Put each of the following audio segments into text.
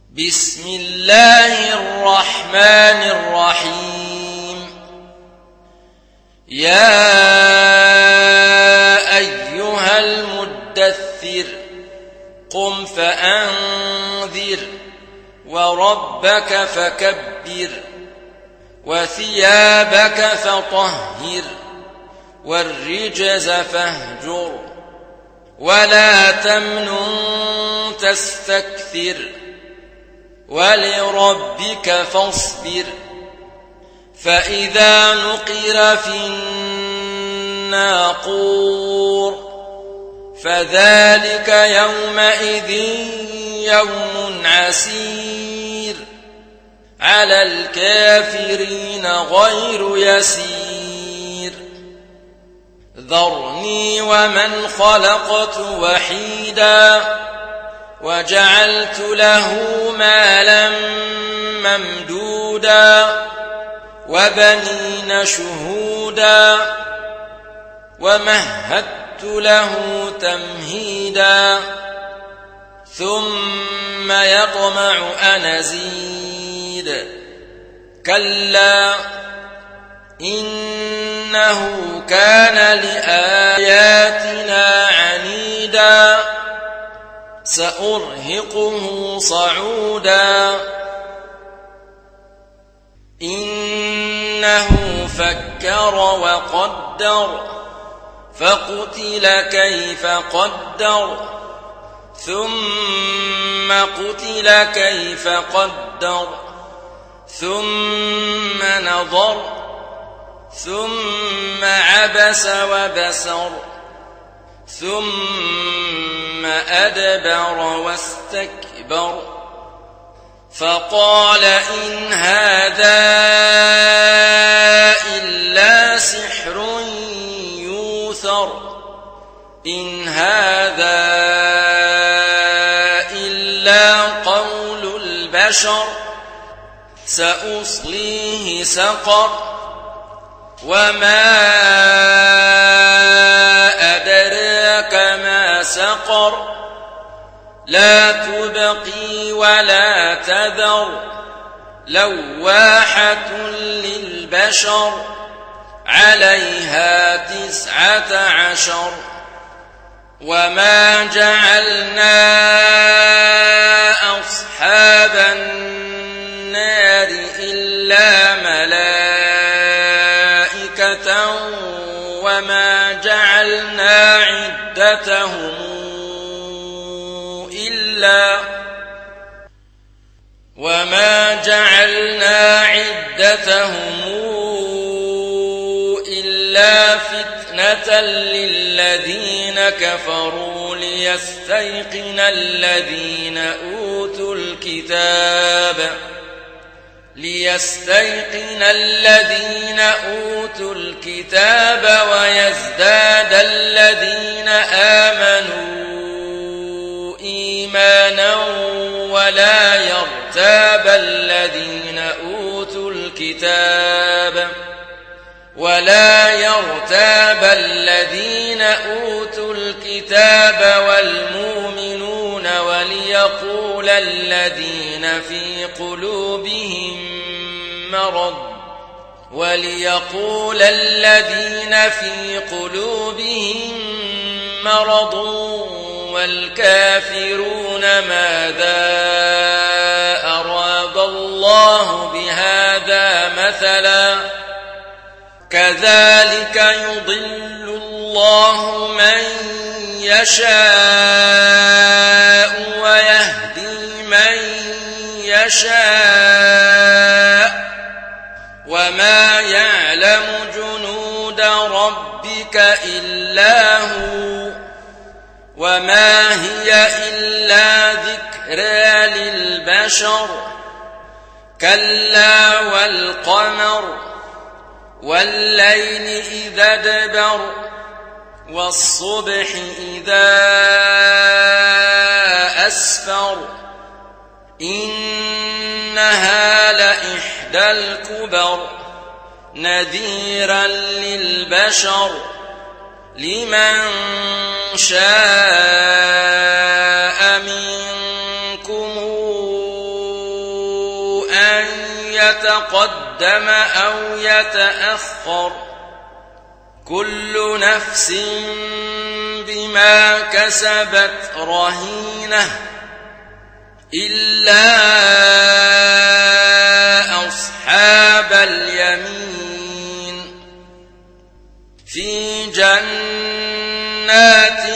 بسم الله الرحمن الرحيم. يا أيها المدثر قم فأنذر وربك فكبر وثيابك فطهر والرجز فاهجر ولا تمنن تستكثر ولربك فاصبر. فإذا نقر في الناقور فذلك يومئذ يوم عسير على الكافرين غير يسير. ذرني ومن خلقت وحيدا وجعلت له مالا ممدودا وبنين شهودا ومهدت له تمهيدا ثم يطمع أن أزيد. كلا إنه كان لآياتنا عنيدا سأرهقه صعودا. إنه فكر وقدر فقتل كيف قدر ثم قتل كيف قدر ثم نظر ثم عبس وبسر ثم أدبر واستكبر فقال إن هذا إلا سحر يوثر إن هذا إلا قول البشر سأصليه سقر وما أدراك ما سقر لا تبقي ولا تذر لواحة للبشر عليها 19. وما جعلنا أصحاب النار إلا ملائكة وما جعلنا عدتهم إلا فتنة للذين كفروا ليستيقن الذين أوتوا الكتاب ويزداد الذين آمنوا إيمانا ولا يرتاب الذين أوتوا الكتاب والمؤمنون وليقول الذين في قلوبهم مرض والكافرون ماذا أراد الله بهذا مثلا كذلك يضل الله من يشاء ويهدي من يشاء وما يعلم جنود ربك إلا هو وما هي إلا ذكرى للبشر. كلا والقمر والليل إذا ادبر والصبح إذا أسفر إنها لإحدى الكبر نذيرا للبشر لمن شاء منكم أن يتقدم أو يتأخر كل نفس بما كسبت رهينة إلا أصحاب اليمين في جنات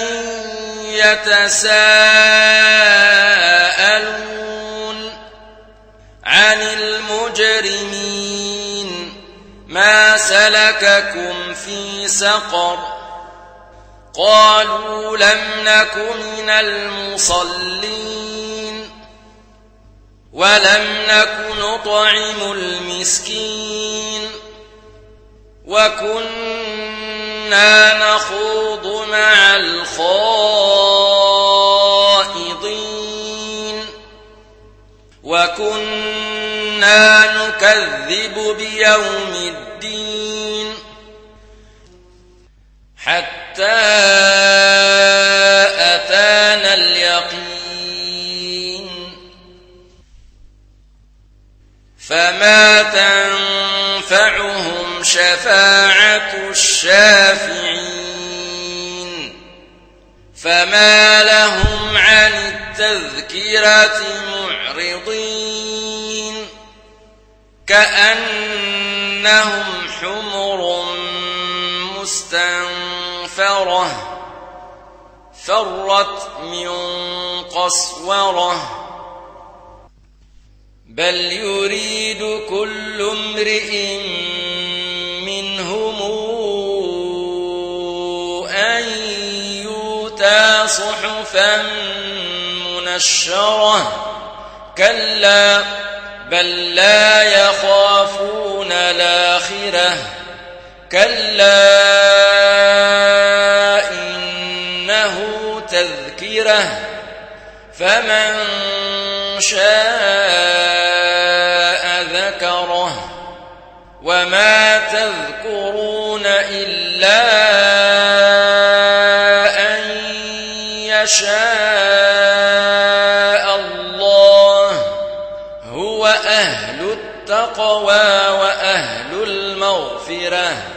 يتساءلون عن المجرمين ما سلككم في سقر قالوا لم نك من المصلين ولم نك نطعم المسكين وكنا نخوض مع الخائضين وكنا نكذب بيوم الدين حتى أتانا اليقين فما تنفعهم شفاعة الشافعين فما لهم عن التذكرة معرضين كأنهم حمر مستنفرة فرت من قسورة بل يريد كل امرئ منهم أن يؤتى صحفا منشرة كلا بل لا يخافون الآخرة كلا إنه تذكرة فمن شاء ذكره وما تذكرون إلا أن يشاء الله هو أهل التقوى وأهل المغفرة